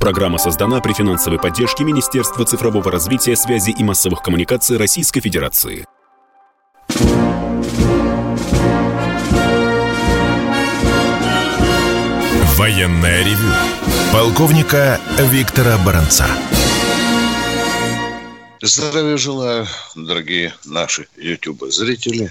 Программа создана при финансовой поддержке Министерства цифрового развития, связи и массовых коммуникаций Российской Федерации. Военное ревю полковника Виктора Баранца. Здравия желаю, дорогие наши YouTube-зрители,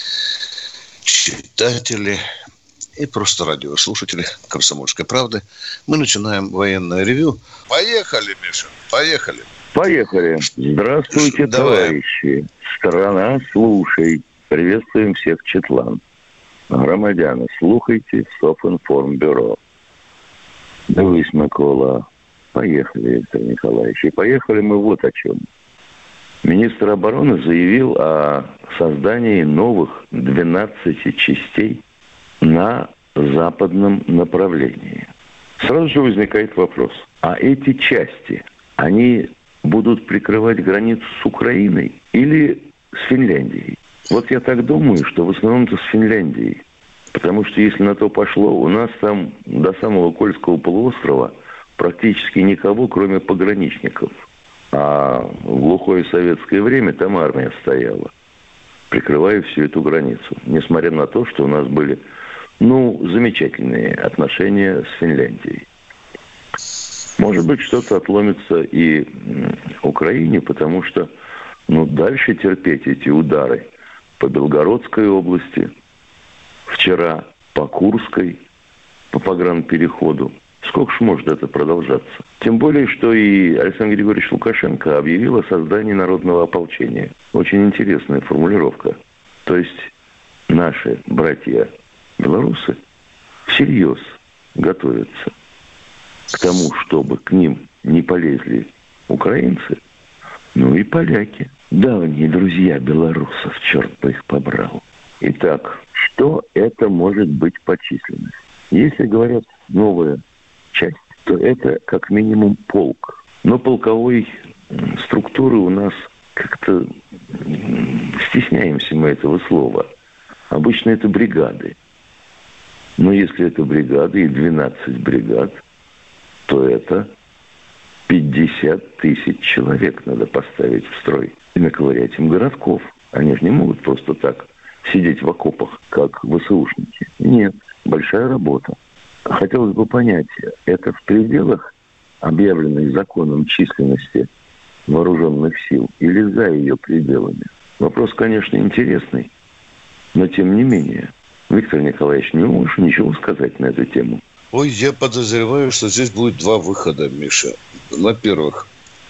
читатели и просто радиослушатели «Комсомольской правды». Мы начинаем военное ревю. Поехали, Миша, поехали. Поехали. Здравствуйте, товарищи. Страна, слушай. Приветствуем всех, Четлан. Громадяни, слухайте Софинформбюро. Дивись, Микола. Поехали, Виктор Николаевич. И поехали мы вот о чем. Министр обороны заявил о создании новых 12 частей на западном направлении. Сразу же возникает вопрос. А эти части, они будут прикрывать границу с Украиной или с Финляндией? Вот я так думаю, что в основном-то с Финляндией. Потому что, если на то пошло, у нас там до самого Кольского полуострова практически никого, кроме пограничников. А в глухое советское время там армия стояла, прикрывая всю эту границу. Несмотря на то, что у нас были, замечательные отношения с Финляндией. Может быть, что-то отломится и Украине, потому что, дальше терпеть эти удары по Белгородской области, вчера по Курской, по погранпереходу. Сколько ж может это продолжаться? Тем более, что и Александр Григорьевич Лукашенко объявил о создании народного ополчения. Очень интересная формулировка. То есть наши братья-белорусы всерьез готовятся к тому, чтобы к ним не полезли украинцы, и поляки. Давние друзья белорусов, черт бы их побрал. Итак, что это может быть по численности? Если говорят новая часть, то это как минимум полк. Но полковой структуры у нас как-то стесняемся мы этого слова. Обычно это бригады. Но если это бригады и 12 бригад, то это 50 тысяч человек надо поставить в строй. И наковырять им городков. Они же не могут просто так сидеть в окопах, как ВСУшники. Нет, большая работа. Хотелось бы понять, это в пределах объявленной законом численности вооруженных сил или за ее пределами? Вопрос, конечно, интересный, но тем не менее. Виктор Николаевич, не можешь ничего сказать на эту тему? Ой, я подозреваю, что здесь будет два выхода, Миша. Во-первых,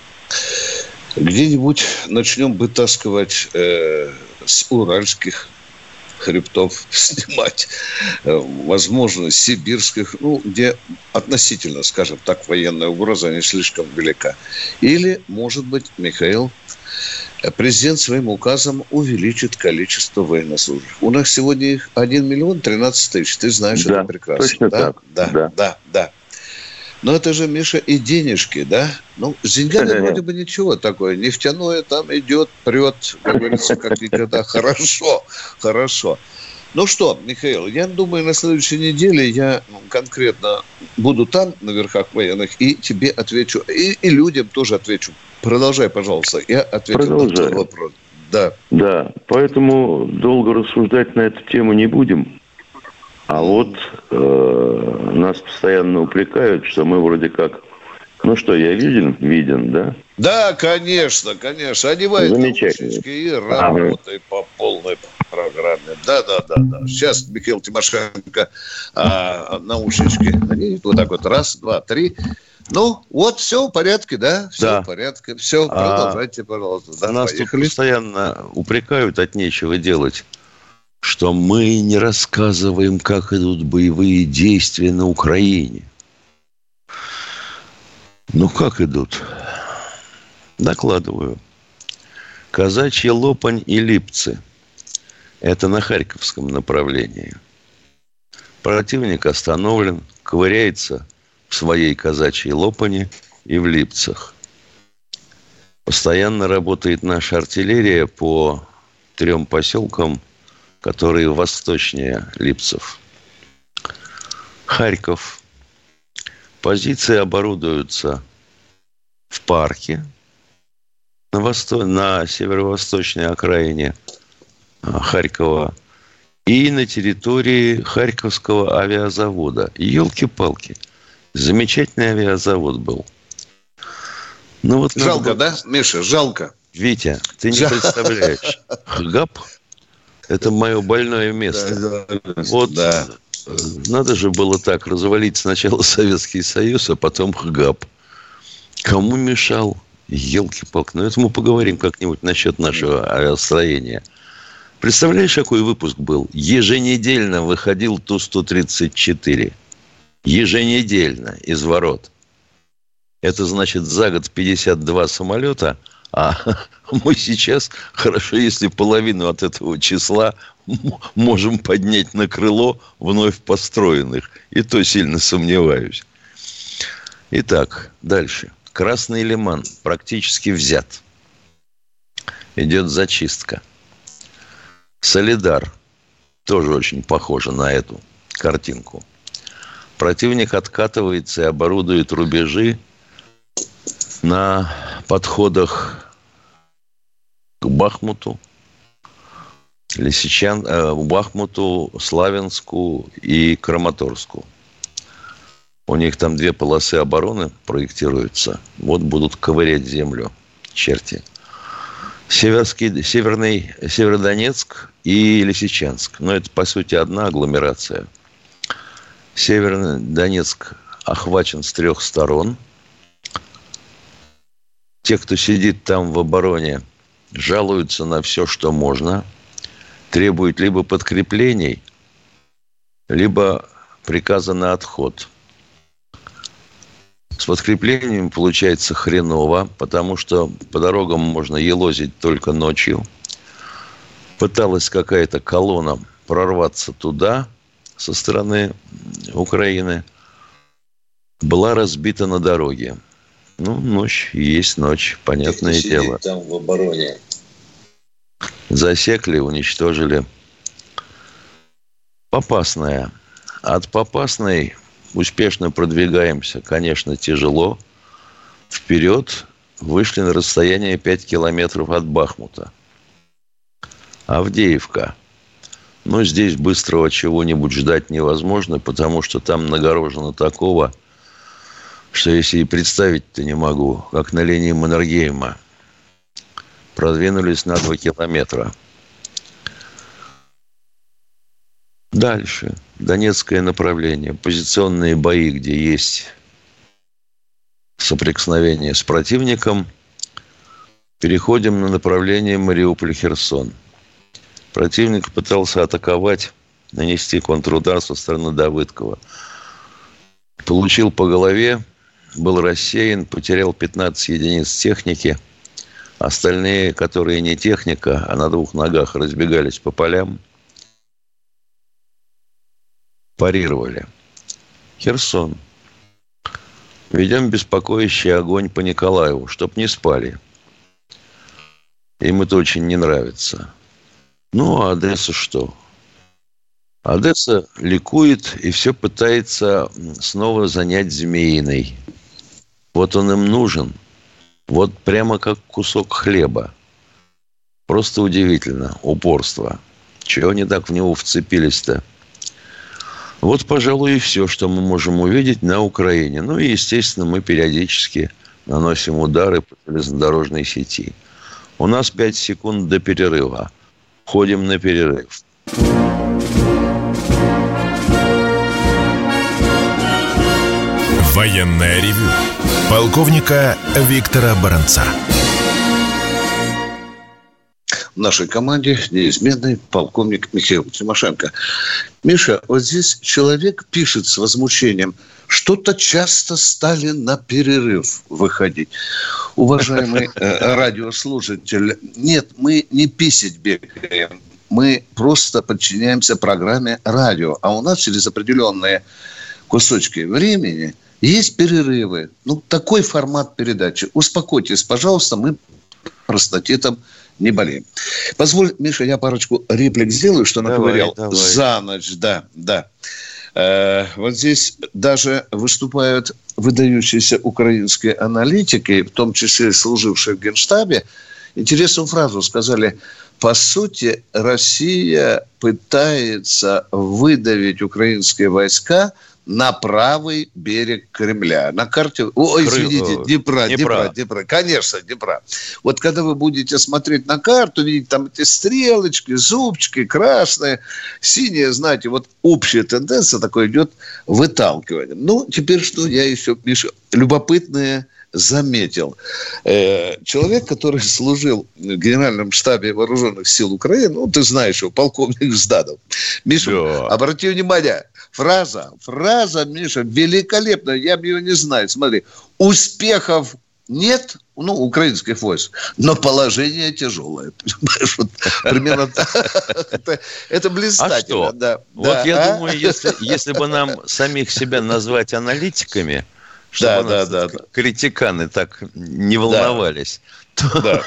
где-нибудь начнем вытаскивать с уральских хребтов, снимать, возможно, сибирских, где относительно, скажем так, военная угроза не слишком велика. Или, может быть, Михаил, президент своим указом увеличит количество военнослужащих. У нас сегодня их 1 миллион 13 тысяч. Ты знаешь, это прекрасно. Точно так. Да. Но это же, Миша, и денежки, да? С деньгами вроде бы ничего такое. Нефтяное там идет, прет, как говорится, как никогда. Хорошо. Ну что, Михаил, я думаю, на следующей неделе я конкретно буду там, на верхах военных, и тебе отвечу, и людям тоже отвечу. Продолжай, пожалуйста. Я отвечу на твой вопрос. Да, поэтому долго рассуждать на эту тему не будем. А вот нас постоянно упрекают, что мы вроде как... я виден, да? Да, конечно. Одевай наушнички и работай по полной программе. Да. Сейчас Михаил Тимошенко наушнички. Они вот так вот, 1, 2, 3. Все в порядке, да? Все в порядке. Все, продолжайте, пожалуйста. Да, нас тут постоянно упрекают от нечего делать, что мы не рассказываем, как идут боевые действия на Украине. Как идут? Докладываю. Казачья Лопань и Липцы. Это на Харьковском направлении. Противник остановлен, ковыряется в своей Казачьей Лопани и в Липцах. Постоянно работает наша артиллерия по 3 поселкам, которые восточнее Липцев. Харьков. Позиции оборудуются в парке на северо-восточной окраине Харькова и на территории Харьковского авиазавода. Елки-палки. Замечательный авиазавод был. Ну, вот жалко, да, Миша, жалко. Витя, ты не представляешь. ХГАП – это мое больное место. Вот надо же было так развалить сначала Советский Союз, а потом ХГАП. Кому мешал? Елки-палки. Ну, это мы поговорим как-нибудь насчет нашего авиастроения. Представляешь, какой выпуск был? Еженедельно выходил Ту-134. Еженедельно из ворот. Это значит за год 52 самолета, а мы сейчас, хорошо, если половину от этого числа можем поднять на крыло вновь построенных. И то сильно сомневаюсь. Итак, дальше. Красный Лиман практически взят. Идет зачистка. Солидар тоже очень похоже на эту картинку. Противник откатывается и оборудует рубежи на подходах к Бахмуту, Бахмуту, Славянску и Краматорску. У них там 2 полосы обороны проектируются. Вот будут ковырять землю черти. Северодонецк и Лисичанск. Но это, по сути, одна агломерация. Северный Донецк охвачен с 3 сторон. Те, кто сидит там в обороне, жалуются на все, что можно. Требуют либо подкреплений, либо приказа на отход. С подкреплением получается хреново, потому что по дорогам можно елозить только ночью. Пыталась какая-то колонна прорваться туда со стороны Украины. Была разбита на дороге. Ну, ночь есть ночь, понятное дело. Там в обороне. Засекли, уничтожили. Попасная. От Попасной успешно продвигаемся. Конечно, тяжело. Вперед вышли на расстояние 5 километров от Бахмута. Авдеевка. Но здесь быстрого чего-нибудь ждать невозможно, потому что там нагорожено такого, что если и представить-то не могу, как на линии Маннергейма. Продвинулись на 2 километра. Дальше. Донецкое направление. Позиционные бои, где есть соприкосновение с противником. Переходим на направление Мариуполь-Херсон. Противник пытался атаковать, нанести контрудар со стороны Давыдкова. Получил по голове, был рассеян, потерял 15 единиц техники. Остальные, которые не техника, а на 2 ногах разбегались по полям, парировали. Херсон. Ведем беспокоящий огонь по Николаеву, чтоб не спали. Им это очень не нравится. Ну, а Одесса что? Одесса ликует и все пытается снова занять Змеиной. Вот он им нужен. Вот прямо как кусок хлеба. Просто удивительно. Упорство. Чего они так в него вцепились-то? Вот, пожалуй, и все, что мы можем увидеть на Украине. Ну и, естественно, мы периодически наносим удары по железнодорожной сети. У нас 5 секунд до перерыва. Ходим на перерыв. Военное ревю полковника Виктора Баранца. В нашей команде неизменный полковник Михаил Тимошенко. Миша, вот здесь человек пишет с возмущением: что-то часто стали на перерыв выходить. Уважаемый радиослушатель, нет, мы не писать бегаем. Мы просто подчиняемся программе радио. А у нас через определенные кусочки времени есть перерывы. Ну, такой формат передачи. Успокойтесь, пожалуйста, мы простатитом не болеем. Позволь, Миша, я парочку реплик сделаю, что наговорил за ночь. Да. Вот здесь даже выступают выдающиеся украинские аналитики, в том числе служившие в Генштабе, интересную фразу сказали: по сути, Россия пытается выдавить украинские войска на правый берег Кремля. На карте... Днепра. Конечно, Днепра. Вот когда вы будете смотреть на карту, видите там эти стрелочки, зубчики, красные, синие, знаете, вот общая тенденция такой идет выталкивание. Ну, теперь что я еще, Миша, любопытное заметил. Человек, который служил в Генеральном штабе Вооруженных сил Украины, ну, ты знаешь его, полковник Жданов. Миша, да. Обрати внимание, фраза, Миша, великолепная, я ее не знаю. Смотри, успехов нет, ну, украинских войск, но положение тяжелое. Понимаешь, вот примерно так. Это блистательно. А что? Вот я думаю, если бы нам самих себя назвать аналитиками, чтобы нас критиканы так не волновались. Да.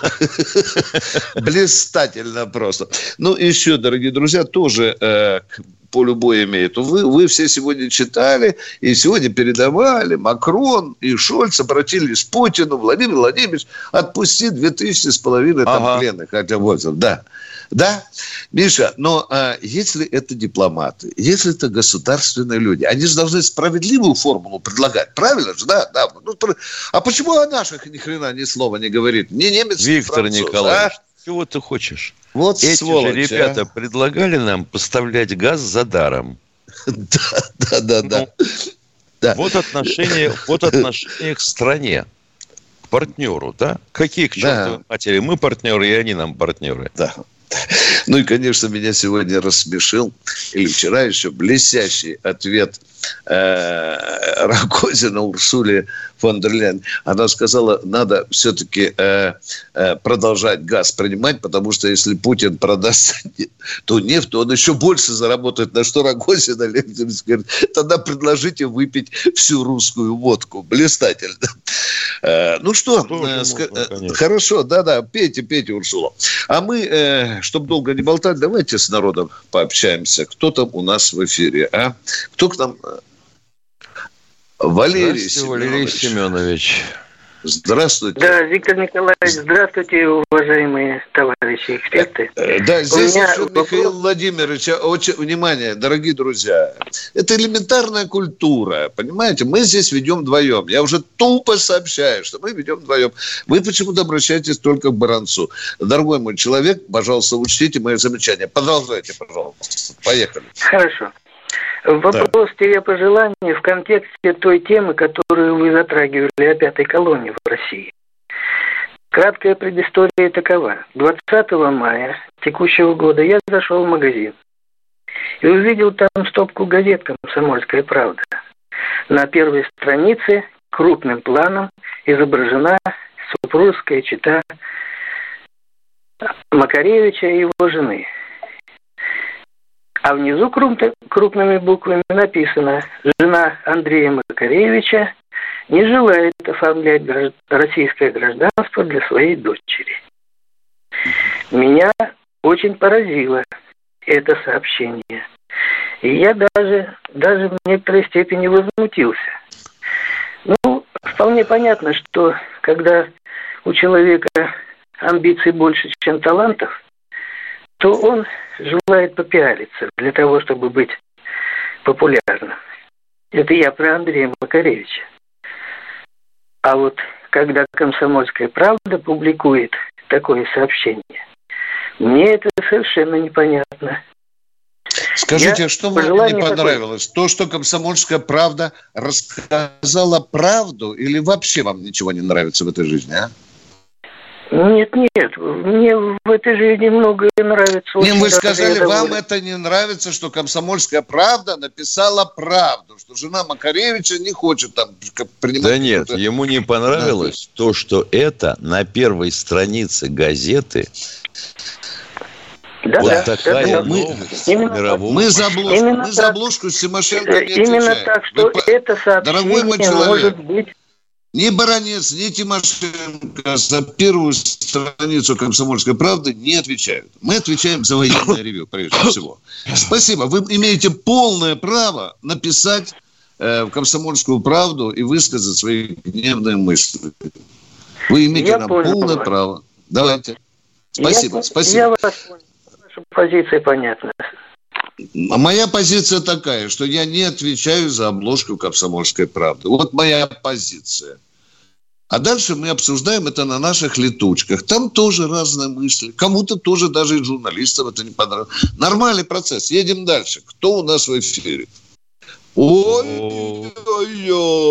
Блистательно просто. Ну, еще, дорогие друзья, тоже поле боя имеет. Вы все сегодня читали и сегодня передавали. Макрон и Шольц обратились к Путину: Владимир Владимирович, отпусти 2500 там пленных. Да, Миша, но если это дипломаты, если это государственные люди, они же должны справедливую формулу предлагать. Правильно же? Да. Ну, а почему о наших ни хрена ни слова не говорит? Не немец, Виктор Николаевич, чего ты хочешь? Вот эти сволочь, же ребята предлагали нам поставлять газ за даром. Да. Вот отношение к стране, к партнеру, да? Какие к чертовой матери? Мы партнеры, и они нам партнеры. Да. Ну и, конечно, меня сегодня рассмешил, или вчера еще, блестящий ответ Рогозина Урсуле фон дер Ляйен. Она сказала, надо все-таки продолжать газ принимать, потому что если Путин продаст ту нефть, то он еще больше заработает. На что Рогозин говорит, тогда предложите выпить всю русскую водку. Блистательно. Ну что, хорошо, да, пейте, Урсула. А мы, чтобы долго не болтать, давайте с народом пообщаемся. Кто там у нас в эфире, а? Кто к нам? Валерий Семенович. Здравствуйте. Да, Виктор Николаевич, здравствуйте, уважаемые товарищи эксперты. Да, здесь еще Михаил Владимирович. Очень, внимание, дорогие друзья. Это элементарная культура, понимаете? Мы здесь ведем вдвоем. Я уже тупо сообщаю, что мы ведем вдвоем. Вы почему-то обращаетесь только к Баранцу. Дорогой мой человек, пожалуйста, учтите мои замечания. Продолжайте, пожалуйста. Поехали. Хорошо. Вопрос-пожелание в контексте той темы, которую вы затрагивали о пятой колонии в России. Краткая предыстория такова. 20 мая текущего года я зашел в магазин и увидел там стопку газет «Комсомольская правда». На первой странице крупным планом изображена супружеская чета Макаревича и его жены. А внизу крупными буквами написано: жена Андрея Макаревича не желает оформлять российское гражданство для своей дочери. Меня очень поразило это сообщение. И я даже в некоторой степени возмутился. Ну, вполне понятно, что когда у человека амбиций больше, чем талантов, то он желает попиариться для того, чтобы быть популярным. Это я про Андрея Макаревича. А вот когда «Комсомольская правда» публикует такое сообщение, мне это совершенно непонятно. Скажите, что вам не понравилось? То, что «Комсомольская правда» рассказала правду, или вообще вам ничего не нравится в этой жизни, а? Нет, мне в этой жизни многое нравится. Вы сказали, вам это не нравится, что «Комсомольская правда» написала правду, что жена Макаревича не хочет там принимать... Да нет, ему не понравилось то, что это на первой странице газеты... Такая новость мирового. Мы за обложку с Тимошенко не отвечаем. Именно так, что это сообщение может быть... Ни Баранец, ни Тимошенко за первую страницу «Комсомольской правды» не отвечают. Мы отвечаем за военное ревью, прежде всего. Спасибо. Вы имеете полное право написать в «Комсомольскую правду» и высказать свои гневные мысли. Вы имеете нам полное право. Давайте. Спасибо. Я вас понял. Ваша позиция понятна. Моя позиция такая, что я не отвечаю за обложку «Комсомольской правды». Вот моя позиция. А дальше мы обсуждаем это на наших летучках. Там тоже разные мысли. Кому-то тоже даже и журналистам это не понравилось. Нормальный процесс. Едем дальше. Кто у нас в эфире? Ой-ой-ой.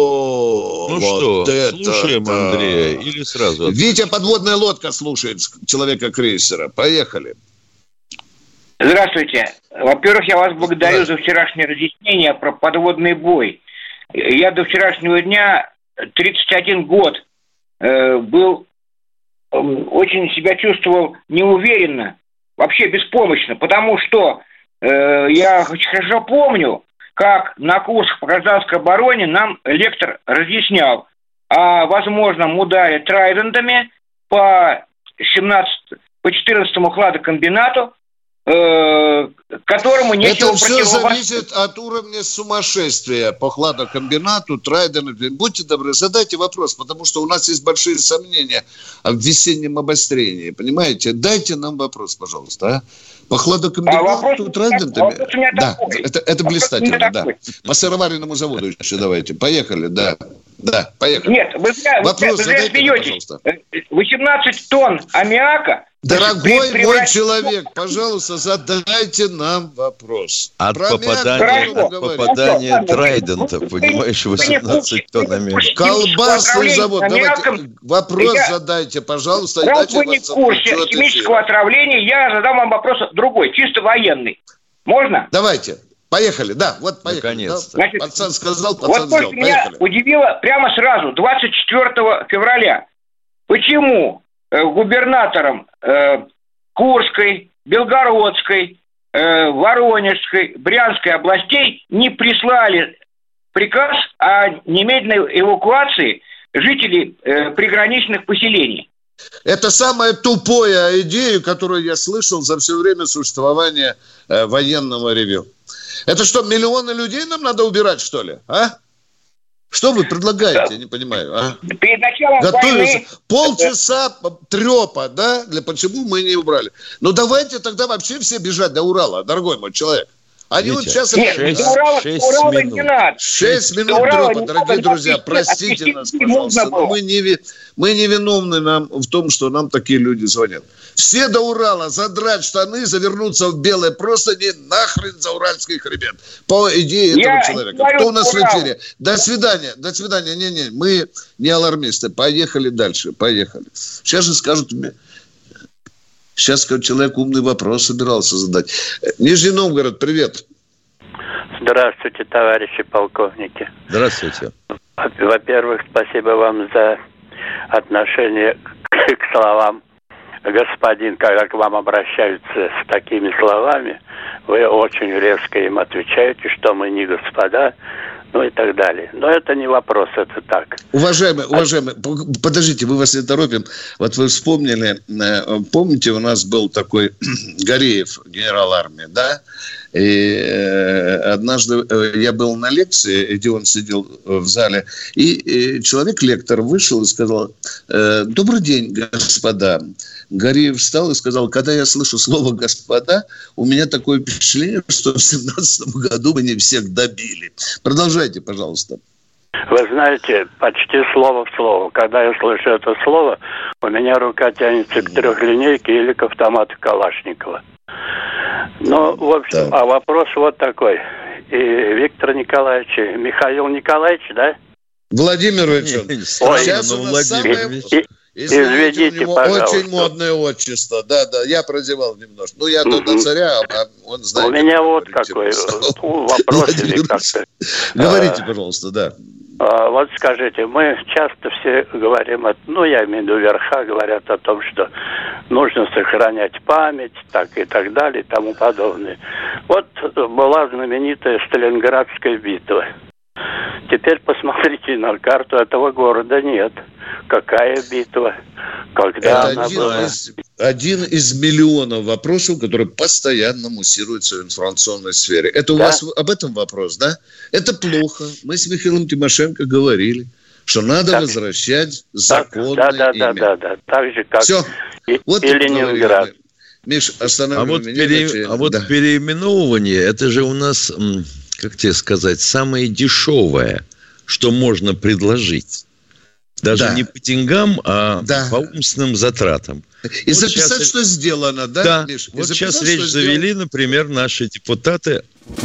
Ну вот что, слушаем Андрея или сразу? Витя, подводная лодка слушает человека-крейсера. Поехали. Здравствуйте. Во-первых, я вас благодарю за вчерашнее разъяснение про подводный бой. Я до вчерашнего дня 31 год был, очень себя чувствовал неуверенно, вообще беспомощно, потому что я очень хорошо помню, как на курсах по гражданской обороне нам лектор разъяснял о возможном ударе трайдентами по 14-му хладокомбинату, которому нечего противостоять. Это все зависит от уровня сумасшествия по хладокомбинату, трайдену. Будьте добры, задайте вопрос, потому что у нас есть большие сомнения в весеннем обострении. Понимаете? Дайте нам вопрос, пожалуйста. А? По хладокомбинату, трайдентами. Да, это блистательно, да. По сыроваренному заводу еще давайте. Поехали, да. Да, поехали. Нет, вы смеетесь. 18 тонн аммиака. Дорогой мой человек, пожалуйста, задайте нам вопрос. От попадания трайдента, понимаешь, 18 тонн аммиака. Колбасный завод. Давайте вопрос задайте, пожалуйста. Раз вы не в курсе химического отравления, я задам вам вопрос другой, чисто военный. Можно? Давайте. Поехали, да, вот поехали. Наконец-то. Да, пацан сказал, пацан сделал. Вот меня удивило прямо сразу, 24 февраля. Почему губернаторам Курской, Белгородской, Воронежской, Брянской областей не прислали приказ о немедленной эвакуации жителей приграничных поселений? Это самая тупая идея, которую я слышал за все время существования военного ревью. Это что, миллионы людей нам надо убирать, что ли? А? Что вы предлагаете? Я не понимаю. А? Перед началом войны... Полчаса трепа, да? Почему мы не убрали? Ну, давайте тогда вообще все бежать до Урала, дорогой мой человек. Они вот сейчас... 6 минут. 6 минут трепа, дорогие друзья. Простите нас, пожалуйста. Но мы не виновны в том, что нам такие люди звонят. Все до Урала задрать штаны, завернуться в белое простыни, нахрен за уральский хребет. По идее этого человека. Кто у нас в эфире? До свидания. До свидания. Не, мы не алармисты. Поехали дальше. Поехали. Сейчас же скажут мне... Сейчас человек умный вопрос собирался задать. Нижний Новгород, привет. Здравствуйте, товарищи полковники. Здравствуйте. Во-первых, спасибо вам за отношение к словам господин, когда к вам обращаются с такими словами. Вы очень резко им отвечаете, что мы не господа, ну и так далее. Но это не вопрос, это так. Уважаемый, подождите, мы вас не торопим. Вот вы вспомнили, помните, у нас был такой Гореев, генерал армии, да? И однажды я был на лекции, где он сидел в зале, и человек-лектор вышел и сказал: «Добрый день, господа». Гореев встал и сказал: когда я слышу слово «господа», у меня такое впечатление, что в 2017 году мы не всех добили. Продолжайте, пожалуйста. Вы знаете, почти слово в слово. Когда я слышу это слово, у меня рука тянется к трехлинейке или к автомату Калашникова. Ну, в общем, а вопрос вот такой. И Виктор Николаевич, Михаил Николаевич, да? Владимирович. Сейчас у нас Извините, пожалуйста. Очень модное отчество. Да, я прозевал немножко. Ну, я тут на царя, а он знает. У меня вот какой вопрос. Говорите, пожалуйста, да. Вот скажите, мы часто все говорим, я имею в виду верха, говорят о том, что нужно сохранять память, так и так далее, и тому подобное. Вот была знаменитая Сталинградская битва. Теперь посмотрите на карту, этого города нет. Какая битва? Когда это один из миллионов вопросов, которые постоянно муссируются в информационной сфере. Это у вас об этом вопрос, да? Это плохо. Мы с Михаилом Тимошенко говорили, что надо возвращать законное имя. Да. Так же, как все. Вот и Ленинград. Миш, останавливай меня. Переименовывание, это же у нас, как тебе сказать, самое дешевое, что можно предложить. Даже не по деньгам, а по умственным затратам. И записать, что сделано, да? Да. Миш? Вот сейчас речь завели, например, наши депутаты.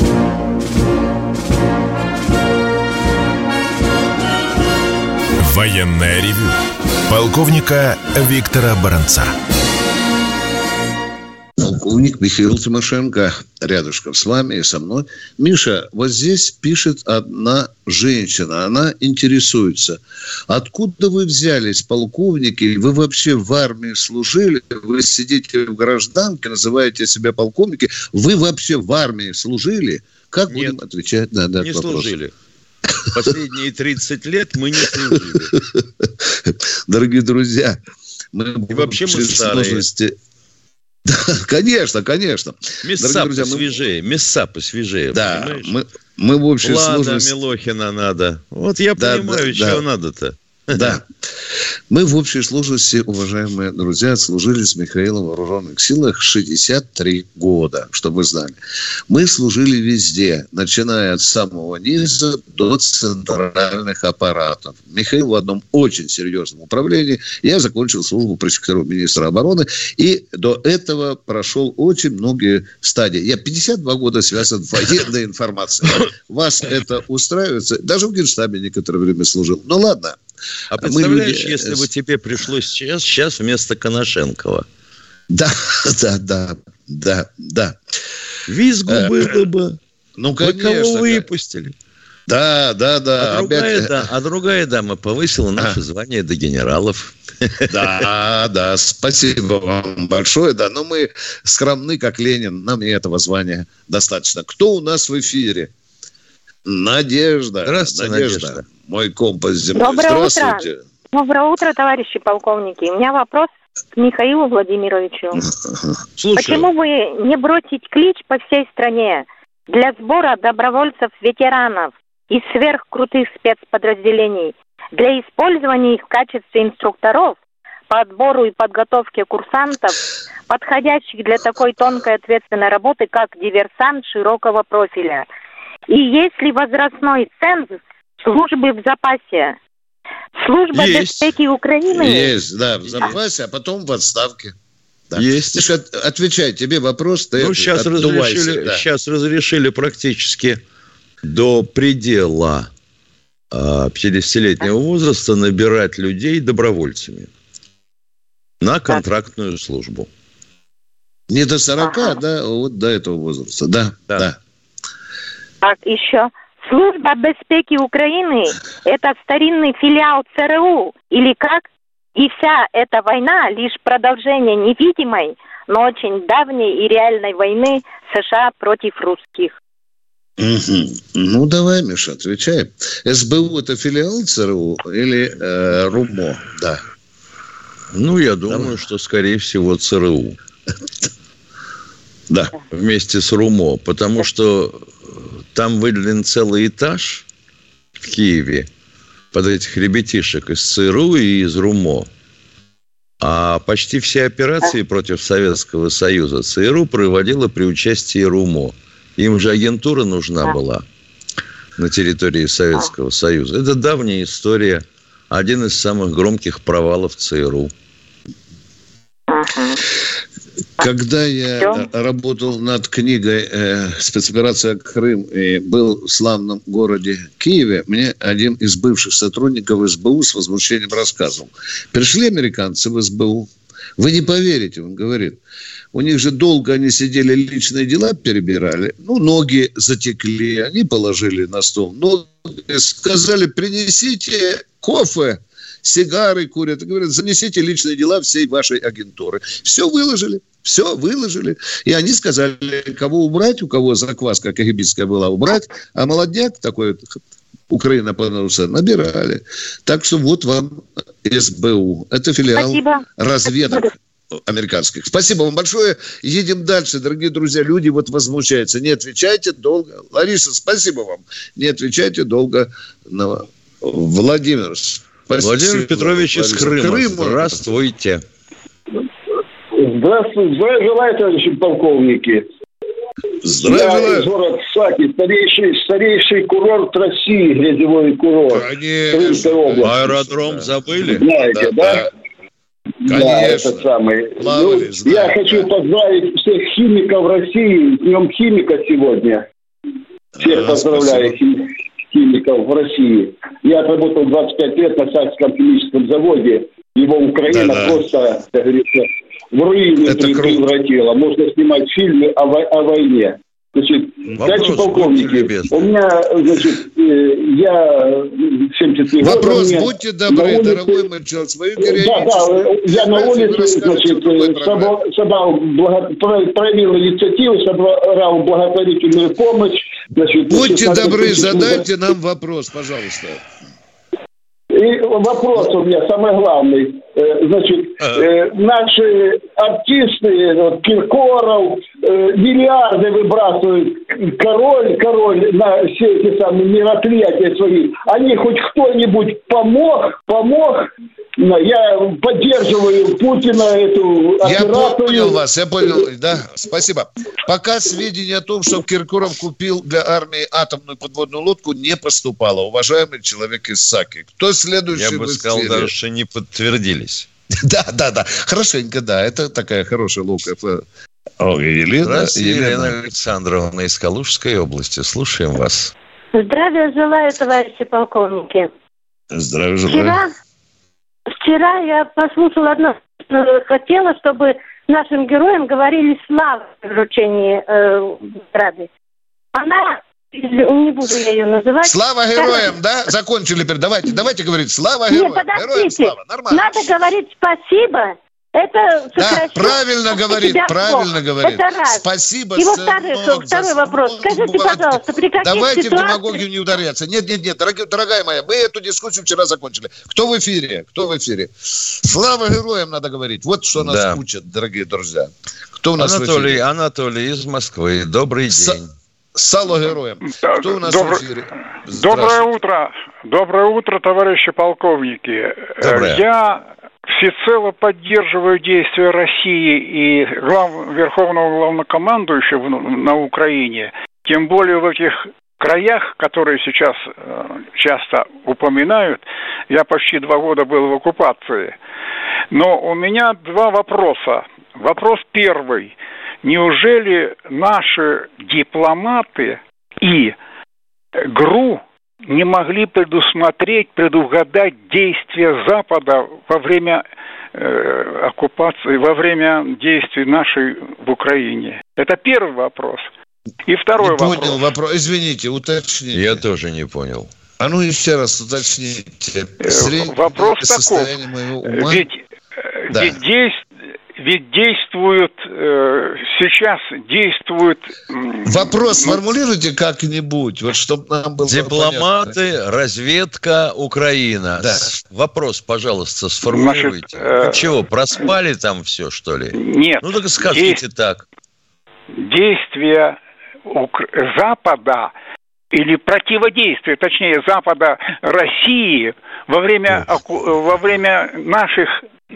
Военное ревю полковника Виктора Баранца. Полковник Михаил Тимошенко рядышком с вами и со мной. Миша, вот здесь пишет одна женщина. Она интересуется. Откуда вы взялись, полковники? Вы вообще в армии служили? Вы сидите в гражданке, называете себя полковники. Вы вообще в армии служили? Как будем отвечать на этот вопрос? Не служили. Последние 30 лет мы не служили. Дорогие друзья, мы вообще мы старые. Да, конечно. Места посвежее. Да, мы в общей сложности... Милохина надо. Вот я понимаю, чего надо-то. Да. Мы в общей сложности, уважаемые друзья, отслужили с Михаилом в вооруженных силах 63 года, чтобы вы знали. Мы служили везде, начиная от самого низа до центральных аппаратов. Михаил в одном очень серьезном управлении. Я закончил службу пресс-секретаря министра обороны. И до этого прошел очень многие стадии. Я 52 года связан с военной информацией. Вас это устраивается? Даже в Генштабе некоторое время служил. Ну ладно. А представляешь, если бы тебе пришлось сейчас вместо Коношенкова? Да. Визгу было бы. Ну, конечно. Вы кого выпустили? Да. А другая дама повысила наше звание до генералов. Да, спасибо вам большое. Да, но мы скромны, как Ленин. Нам и этого звания достаточно. Кто у нас в эфире? Надежда. Здравствуйте, Надежда. Мой компас земной. Здравствуйте. Доброе утро, товарищи полковники. У меня вопрос к Михаилу Владимировичу. Слушаю. Почему бы не бросить клич по всей стране для сбора добровольцев-ветеранов из сверхкрутых спецподразделений для использования их в качестве инструкторов по отбору и подготовке курсантов, подходящих для такой тонкой ответственной работы, как диверсант широкого профиля? И есть ли возрастной ценз службы в запасе? Служба безпеки Украины? Есть, да, в запасе, а потом в отставке. Да. Есть. Миша, отвечай, тебе вопрос. Сейчас разрешили практически до предела 50-летнего возраста набирать людей добровольцами на контрактную службу. Не до 40, да, вот до этого возраста. Да. Так, еще. Служба безпеки Украины – это старинный филиал ЦРУ, или как? И вся эта война – лишь продолжение невидимой, но очень давней и реальной войны США против русских. Ну, давай, Миша, отвечай. СБУ – это филиал ЦРУ или РУМО? Да. Ну, я думаю, что, скорее всего, ЦРУ. Да. Вместе с РУМО, потому что там выделен целый этаж в Киеве под этих ребятишек из ЦРУ и из РУМО. А почти все операции против Советского Союза ЦРУ проводила при участии РУМО. Им же агентура нужна была на территории Советского Союза. Это давняя история. Один из самых громких провалов ЦРУ. Когда я работал над книгой «Спецоперация Крым» и был в славном городе Киеве, мне один из бывших сотрудников СБУ с возмущением рассказывал. Пришли американцы в СБУ. Вы не поверите, он говорит. У них же долго они сидели, личные дела перебирали. Ну, ноги затекли, они положили на стол. Ноги сказали, принесите кофе, сигары курят. И говорят, занесите личные дела всей вашей агентуры. Все выложили. И они сказали, кого убрать, у кого закваска кагибистская была, убрать. А молодняк такой Украина понадобится, набирали. Так что вот вам СБУ. Это филиал разведок американских. Спасибо вам большое. Едем дальше, дорогие друзья. Люди вот возмущаются. Не отвечайте долго. Лариса, спасибо вам. Не отвечайте долго. Владимир. Спасибо. Владимир Петрович из Крыма. Здравствуйте. Здравствуйте. Здравия желаю, товарищи полковники. Здравия желаю. Город Саки, старейший курорт России, грязевой курорт. Конечно. Аэродром забыли? Знаете, да? Конечно. Да, это самый. Плавали, я хочу поздравить всех химиков России. С Днем химика сегодня. Всех поздравляю химиков в России. Я отработал 25 лет на Сакском химическом заводе. Его Украина просто, как говорится, в руины превратила. Можно снимать фильмы о войне. Значит, дальше, полковники, у меня, значит, я 73 года. Вопрос, будьте добры, дорогой мой человек, свою героиню. Я на улице, значит, проявил инициативу, собрал благотворительную помощь. Значит, будьте добры, задайте нам вопрос, пожалуйста. И вопрос у меня самый главный. Значит, наши артисты, Киркоров, миллиарды выбрасывают, король на все эти самые мероприятия свои. Они хоть кто-нибудь помог? Я поддерживаю Путина, эту операцию. Я понял, да, спасибо. Пока сведения о том, что Киркоров купил для армии атомную подводную лодку, не поступало. Уважаемый человек из Саки. Кто следующий? Я бы сказал, даже что не подтвердились. Да. Хорошенько, да. Это такая хорошая ловкая. Здравствуйте, Елена Александровна из Калужской области. Слушаем вас. Здравия желаю, товарищи полковники. Здравия желаю. Вчера я послушала одно, хотела, чтобы нашим героям говорили слава в вручении награды. Она, не буду я ее называть. Слава героям, да? Закончили. Давайте говорить слава героям. Нет, подождите. Героям слава. Нормально. Надо говорить спасибо. Это правильно говорит. Это раз. Спасибо. И второй вопрос. Скажите, пожалуйста, при каких давайте ситуациях... в демагогию не ударяться. Нет, дорогая моя, мы эту дискуссию вчера закончили. Кто в эфире? Слава героям надо говорить. Вот что нас учат, дорогие друзья. Кто у нас в эфире? Анатолий из Москвы. Добрый день. Слава героям. Кто у нас в эфире? Доброе утро. Доброе утро, товарищи полковники. Доброе. Я всецело поддерживаю действия России и Верховного Главнокомандующего на Украине, тем более в этих краях, которые сейчас часто упоминают. Я почти 2 года был в оккупации. Но у меня 2 вопроса. Вопрос первый. Неужели наши дипломаты и ГРУ не могли предугадать действия Запада во время оккупации, во время действий нашей в Украине? Это первый вопрос. И второй вопрос. Понял вопрос. Извините, уточните. Я тоже не понял. А ну еще раз уточните. Вопрос таков. Ведь действуют Вопрос сформулируйте как-нибудь, вот чтобы нам было дипломаты, понятно. Разведка, Украина. Да. Вопрос, пожалуйста, сформулируйте. Значит, чего, проспали там все, что ли? Нет. Ну так скажите так. Действия Запада или противодействие, точнее, Запада России во время нашей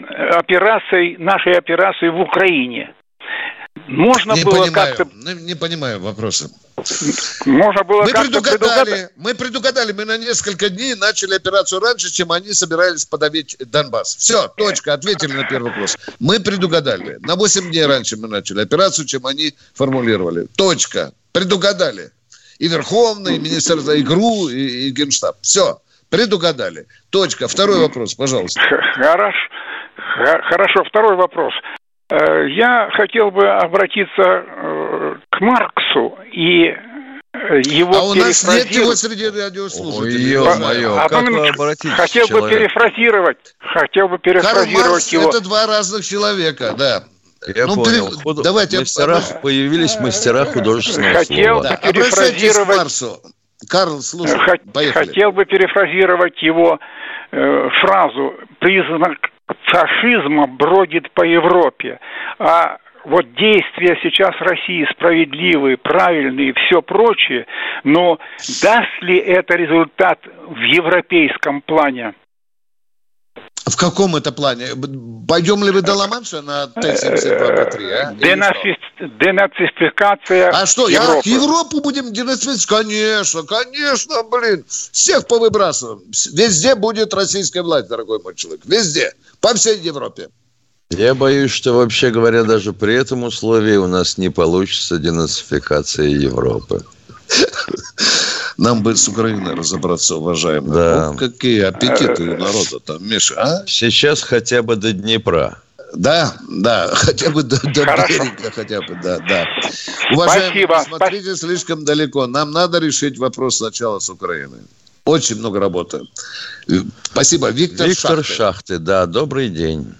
операции в Украине. Можно было как-то... Не понимаю вопроса. Можно было как-то предугадать. Мы предугадали, мы на несколько дней начали операцию раньше, чем они собирались подавить Донбасс. Все, точка, ответили на первый вопрос. Мы предугадали. На 8 дней раньше мы начали операцию, чем они формулировали. Точка. Предугадали. И Верховный, и Министерство, и ГРУ, и Генштаб. Все, предугадали. Точка. Второй вопрос, пожалуйста. Хорошо, второй вопрос. Я хотел бы обратиться к Марксу и его у нас нет его среди радиослушателей. Ё-моё, как вы обратитесь хотел бы перефразировать его. Это 2 разных человека, да. Я понял. Давайте появились мастера художественного слова. Хотел бы перефразировать... Карл, слушай, поехали. Хотел бы перефразировать его фразу «признак фашизма бродит по Европе». А вот действия сейчас России справедливые, правильные и все прочее, но даст ли это результат в европейском плане? В каком это плане? Пойдем ли вы до Ла-Манша на Т-72-3, а? Денацификация. А что, Европы. Европу будем денацифицировать? Конечно, блин. Всех повыбрасываем. Везде будет российская власть, дорогой мой человек. Везде. По всей Европе. Я боюсь, что, вообще говоря, даже при этом условии у нас не получится денацификация Европы. Нам бы с Украиной разобраться, уважаемые. Да. Какие аппетиты у народа там, Миша, а? Сейчас хотя бы до Днепра. Да, хотя бы до берега, хотя бы, да. Уважаемые, не смотрите слишком далеко. Нам надо решить вопрос сначала с Украиной. Очень много работы. Спасибо. Виктор Шахты, да, добрый день.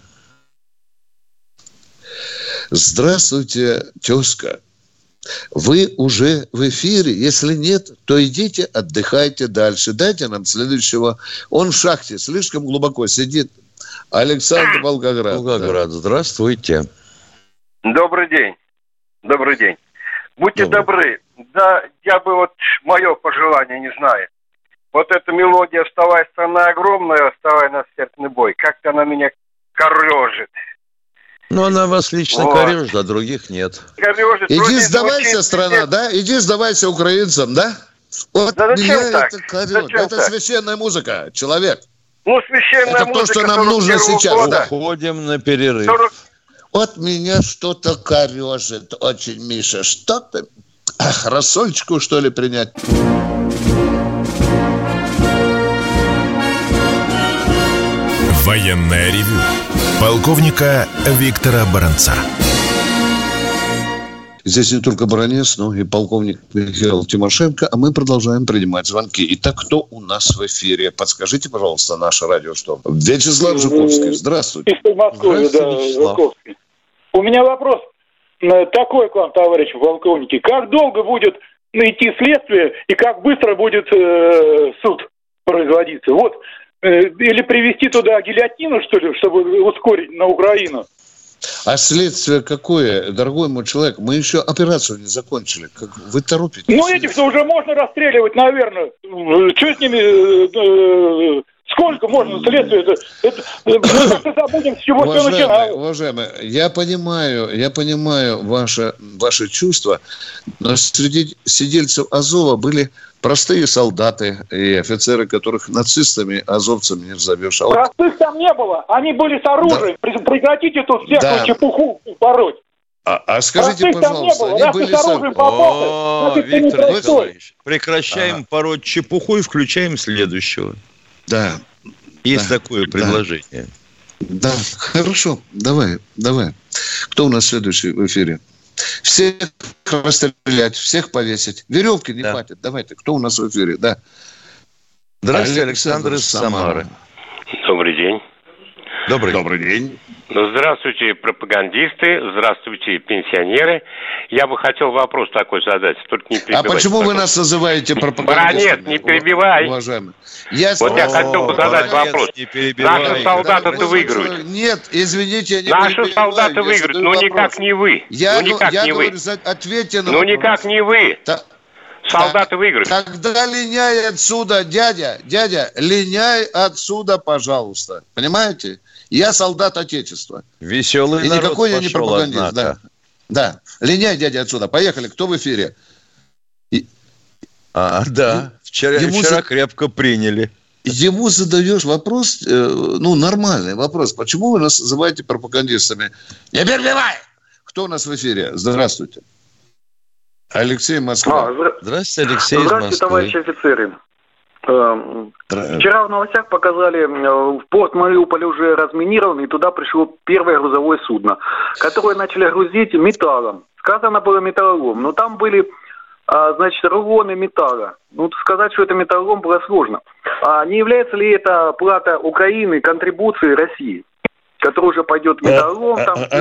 Здравствуйте, тезка. Вы уже в эфире. Если нет, то идите, отдыхайте дальше. Дайте нам следующего. Он в шахте, слишком глубоко сидит. Александр, Волгоград. Волгоград, да. Здравствуйте. Добрый день. Будьте добры. Да, я бы мое пожелание, не знаю. Вот эта мелодия «Вставай, страна огромная, вставай на смертный бой». Как-то она меня корежит. Ну, она вас лично корежит, а других нет. Иди сдавайся, страна, да? Иди сдавайся украинцам, да? Вот да меня так? это корежит. Это так? Священная музыка, человек. Священная это музыка. Это то, что нам нужно сейчас. Года. Уходим на перерыв. Вот меня что-то корежит очень, Миша. Что-то... рассольчику, что ли, принять? Военное ревю полковника Виктора Баранца. Здесь не только Баранец, но и полковник Михаил Тимошенко, а мы продолжаем принимать звонки. Итак, кто у нас в эфире? Подскажите, пожалуйста, наше радио, что? Вячеслав Жуковский, здравствуйте. Из Подмосковья, да, Жуковский. У меня вопрос такой к вам, товарищи полковники. Как долго будет идти следствие и как быстро будет суд производиться? Вот. Или привезти туда гильотину, что ли, чтобы ускорить на Украину? А следствие какое, дорогой мой человек? Мы еще операцию не закончили. Как вы торопитесь? Этих-то уже можно расстреливать, наверное. Что с ними... Сколько можно следствие? Мы как-то забудем, с чего все начиналось. Уважаемые, я понимаю ваши чувства, но среди сидельцев Азова были простые солдаты и офицеры, которых нацистами, азовцами не назовешь. Простых там не было, они были с оружием. Да. Прекратите тут всякую чепуху пороть. А скажите, пожалуйста, они были с оружием попали, Виктор Николаевич, прекращаем пороть чепуху и включаем следующего. Да. Есть такое предложение. Да, хорошо. Давай. Кто у нас следующий в эфире? Всех расстрелять, всех повесить. Веревки не хватит. Давайте. Кто у нас в эфире? Да. Здравствуйте, Александр из Самары. Добрый день. Добрый день. Здравствуйте, пропагандисты, здравствуйте, пенсионеры. Я бы хотел вопрос такой задать, только не перебивайте. А почему вы нас называете пропагандистами? Баранец, не перебивай. Уважаемый. Я хотел бы задать вопрос. Наши солдаты-то выиграют. Нет, извините, я не Наши солдаты выиграют, но никак не вы. Ответьте на вопрос. Никак не вы. Солдаты выиграют. Тогда линяй отсюда, дядя, линяй отсюда, пожалуйста. Понимаете? Я солдат Отечества. Веселый народ. И никакой я не пропагандист. Однако. Да. Линяй, дядя, отсюда. Поехали. Кто в эфире? Да. Вчера крепко приняли. Ему задаешь вопрос, нормальный вопрос. Почему вы нас называете пропагандистами? Не перебивай! Кто у нас в эфире? Здравствуйте. Алексей, Москва. Здравствуйте, Алексей из Москвы. Здравствуйте, товарищи офицеры. Вчера в новостях показали, в порт Мариуполя уже разминирован, и туда пришло первое грузовое судно, которое начали грузить металлом. Сказано было металлолом, но там были, рулоны металла. Сказать, что это металлолом, было сложно. А не является ли это плата Украины контрибуции России, которая уже пойдет металлолом?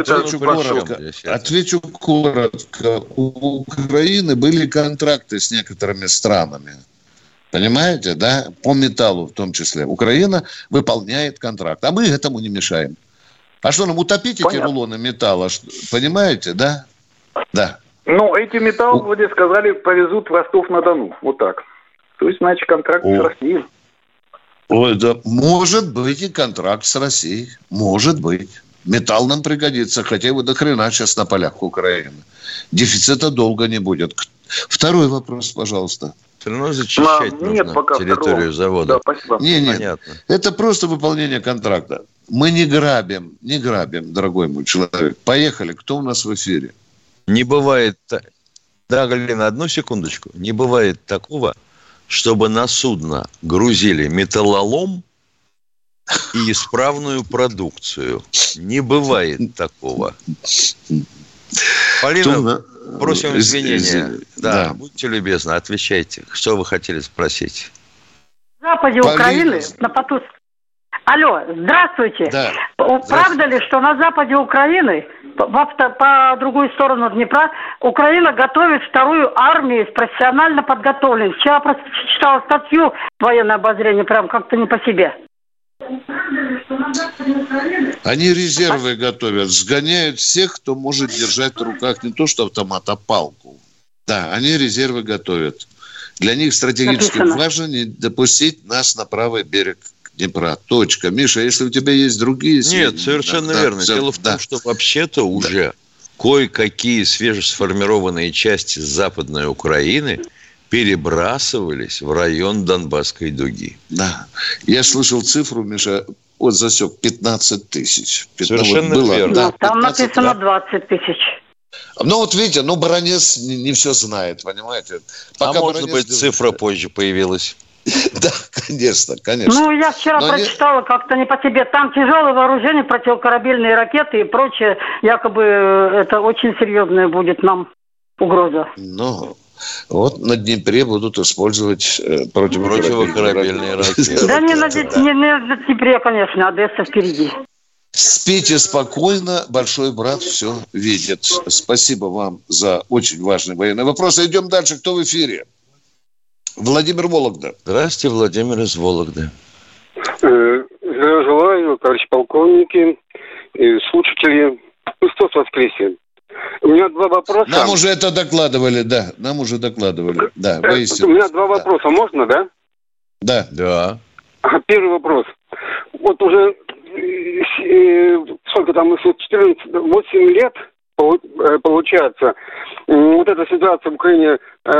Отвечу коротко. У Украины были контракты с некоторыми странами. Понимаете, да? По металлу в том числе. Украина выполняет контракт. А мы этому не мешаем. А что, нам утопить эти рулоны металла? Понимаете, да? Да. Ну, эти металлы, вроде сказали, повезут в Ростов-на-Дону. Вот так. То есть, значит, контракт с Россией. Ой, да. Может быть и контракт с Россией. Может быть. Металл нам пригодится. Хотя его до хрена сейчас на полях Украины. Дефицита долго не будет. Второй вопрос, пожалуйста. Все равно зачищать нужно территорию завода. Да, спасибо. Нет. Понятно. Это просто выполнение контракта. Мы не грабим, дорогой мой человек. Поехали. Кто у нас в эфире? Не бывает... Да, Галина, одну секундочку. Не бывает такого, чтобы на судно грузили металлолом и исправную продукцию. Не бывает такого. Полина, просим извинения. Да, будьте любезны, отвечайте. Что вы хотели спросить? На западе Украины, на поту... Алло, здравствуйте. Да. Правда ли, что на западе Украины, по другую сторону Днепра, Украина готовит вторую армию из профессионально подготовленных? Вчера просто читала статью «Военное обозрение», прям как-то не по себе. Они резервы готовят, сгоняют всех, кто может держать в руках не то что автомат, а палку. Да, они резервы готовят. Для них стратегически важно не допустить нас на правый берег Днепра. Точка. Миша, если у тебя есть другие... Нет, совершенно верно. Дело в том, что вообще-то уже кое-какие свежесформированные части Западной Украины перебрасывались в район Донбасской дуги. Да. Я слышал цифру, Миша, вот засек 15 тысяч. Совершенно верно. Да, там написано 20 тысяч. Ну, вот видите, Баранец не все знает, понимаете? Пока может быть, цифра позже появилась. Да, конечно. Ну, я вчера прочитала как-то не по себе. Там тяжелое вооружение, противокорабельные ракеты и прочее. Якобы это очень серьезная будет нам угроза. Ну, вот на Днепре будут использовать противокорабельные ракеты. Да не на Днепре, конечно, Одесса впереди. Спите спокойно, большой брат все видит. Спасибо вам за очень важный военный вопрос. Идем дальше. Кто в эфире? Владимир, Вологда. Здравствуйте, Владимир из Вологды. Здравия желаю, товарищи полковники, слушатели. Христос воскресе. У меня два вопроса. Нам уже это докладывали, да. Да, у меня два вопроса. Можно, да? Да. Первый вопрос. Вот уже сколько там, 8 лет, получается, вот эта ситуация в Украине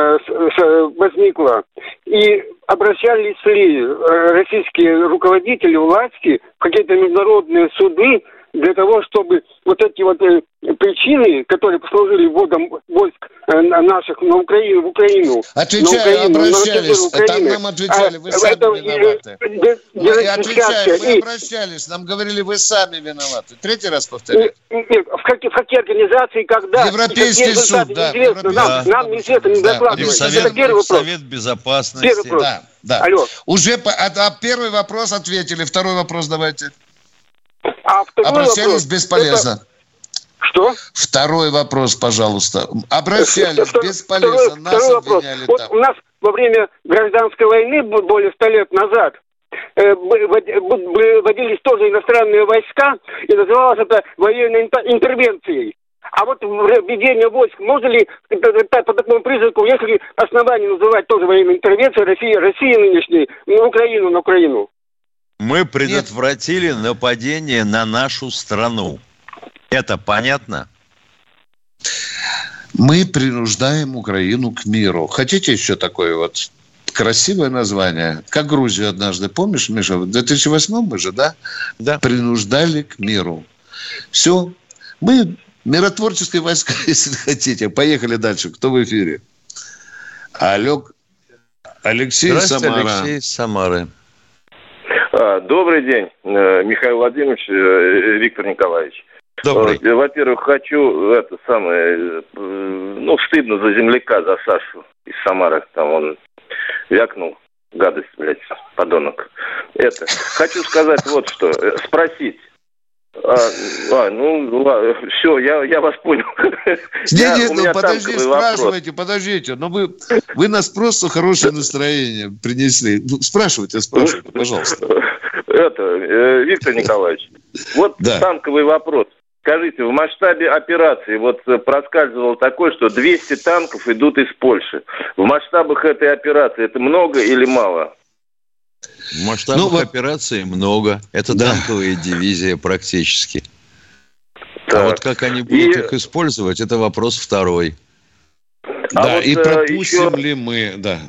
возникла. И обращались ли российские руководители, власти в какие-то международные суды для того, чтобы вот эти вот причины, которые послужили вводом войск наших на Украину, в Украину. Отвечаю, обращались. Там нам отвечали, вы сами виноваты. Мы обращались, нам говорили, вы сами виноваты. Третий раз повторяю. Нет, в какие организации, когда? Европейский суд, да. Нам неизвестно, не докладывают. Это первый вопрос. Совет Безопасности. Первый вопрос. Да. Алло. Уже первый вопрос ответили. Второй вопрос давайте. Обращались бесполезно. Что? Второй вопрос, пожалуйста. Обращались бесполезно. Нас обвиняли там. Вот у нас во время гражданской войны, более 100 лет назад, вводились тоже иностранные войска, и называлось это военной интервенцией. А вот введение войск, можно ли по такому признаку, если основание называть тоже военной интервенцией России нынешней, на Украину? Мы предотвратили нападение на нашу страну. Это понятно? Мы принуждаем Украину к миру. Хотите еще такое вот красивое название? Как Грузию однажды, помнишь, Миша? В 2008 мы же, да? Да. Принуждали к миру. Все. Мы миротворческие войска, если хотите. Поехали дальше. Кто в эфире? Алло. Алексей Самара. Алексей из Самары. Добрый день, Михаил Владимирович, Виктор Николаевич. Добрый. Во-первых, хочу стыдно за земляка, за Сашу из Самары. Там он вякнул, гадость, блядь, подонок. Хочу сказать вот что, спросить. Все, я вас понял. Нет, подождите. Но вы нас просто хорошее настроение принесли. Спрашивайте, пожалуйста. Виктор Николаевич, танковый вопрос. Скажите, в масштабе операции проскальзывало такое, что 200 танков идут из Польши. В масштабах этой операции это много или мало? В масштабах операции много. Это танковая дивизия практически. А вот как они будут их использовать, это вопрос второй. Пропустим ли мы, Да,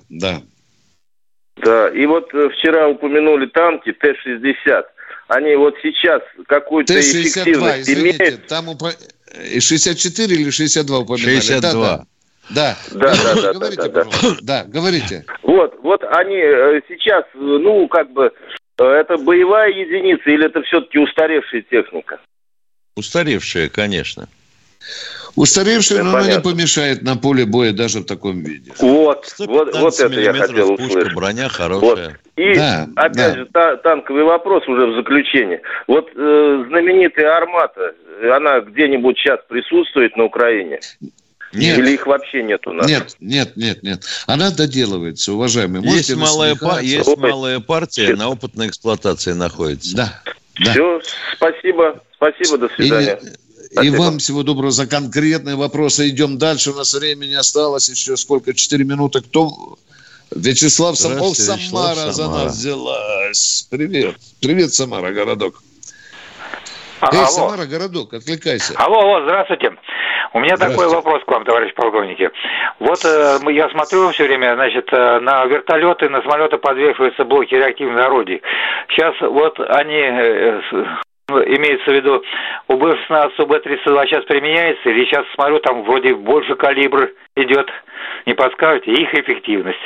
и вчера упомянули танки Т-60. Они сейчас какую-то эффективность имеют. Там 64 или 62 упоминали? 62. Да. Говорите, пожалуйста. Да, говорите. Вот они сейчас, это боевая единица или это все-таки устаревшая техника? Устаревшая, конечно. Устаревшая, но она не помешает на поле боя даже в таком виде. Вот это я хотел услышать. Броня хорошая. И опять же танковый вопрос уже в заключение. Знаменитая «Армата», она где-нибудь сейчас присутствует на Украине? Нет. Или их вообще нет у нас? Нет. Она доделывается, уважаемые. Есть малая партия, на опытной эксплуатации находится. Да. Все, спасибо, до свидания. И вам всего доброго за конкретные вопросы. Идем дальше. У нас времени осталось еще сколько? 4 минуты. Кто? Вячеслав Самара за нас взялась. Привет, Самара, городок. Самара, городок, откликайся. Алло, здравствуйте. У меня такой вопрос к вам, товарищ полковники. Я смотрю все время, на вертолеты, на самолеты подвешиваются блоки реактивных орудий. Сейчас они, имеется в виду, УБ-16, УБ-32 сейчас применяется, или сейчас, смотрю, там вроде больше калибр идет. Не подскажете? Их эффективность.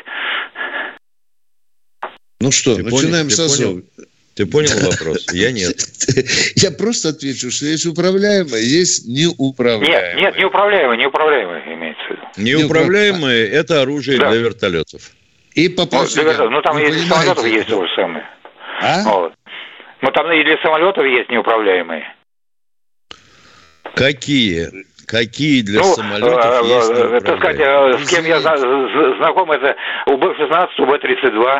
Ну что, начинаем с АЗОВ. Ты понял вопрос? Я нет. Я просто отвечу, что есть управляемые, есть неуправляемые. Нет, неуправляемые имеется в виду. Неуправляемые – это оружие для вертолетов. И попросили. Там и для самолетов есть то же самое. Там и для самолетов есть неуправляемые. Какие для самолетов есть неуправляемые? Так сказать, с кем я знаком, это УБ-16, УБ-32.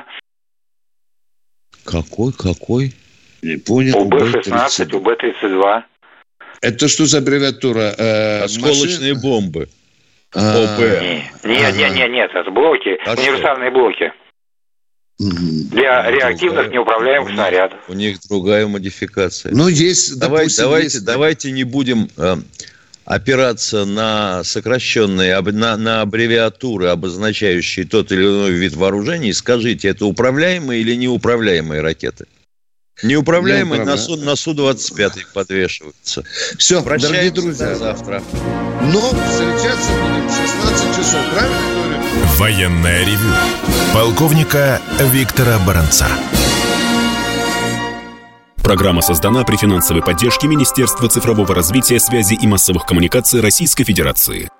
Какой? Не понял. УБ-16, УБ-32. Это что за аббревиатура? Осколочные бомбы. ОП. Нет, это блоки, универсальные блоки. Для реактивных неуправляемых снарядов. У них другая модификация. Есть, давайте не будем опираться на сокращенные, на аббревиатуры, обозначающие тот или иной вид вооружений. Скажите, это управляемые или неуправляемые ракеты? Неуправляемые на Су-25 подвешиваются. Все, дорогие друзья, завтра. Но встречаться будем в 16 часов, правильно я говорю? Военное ревю полковника Виктора Баранца. Программа создана при финансовой поддержке Министерства цифрового развития, связи и массовых коммуникаций Российской Федерации.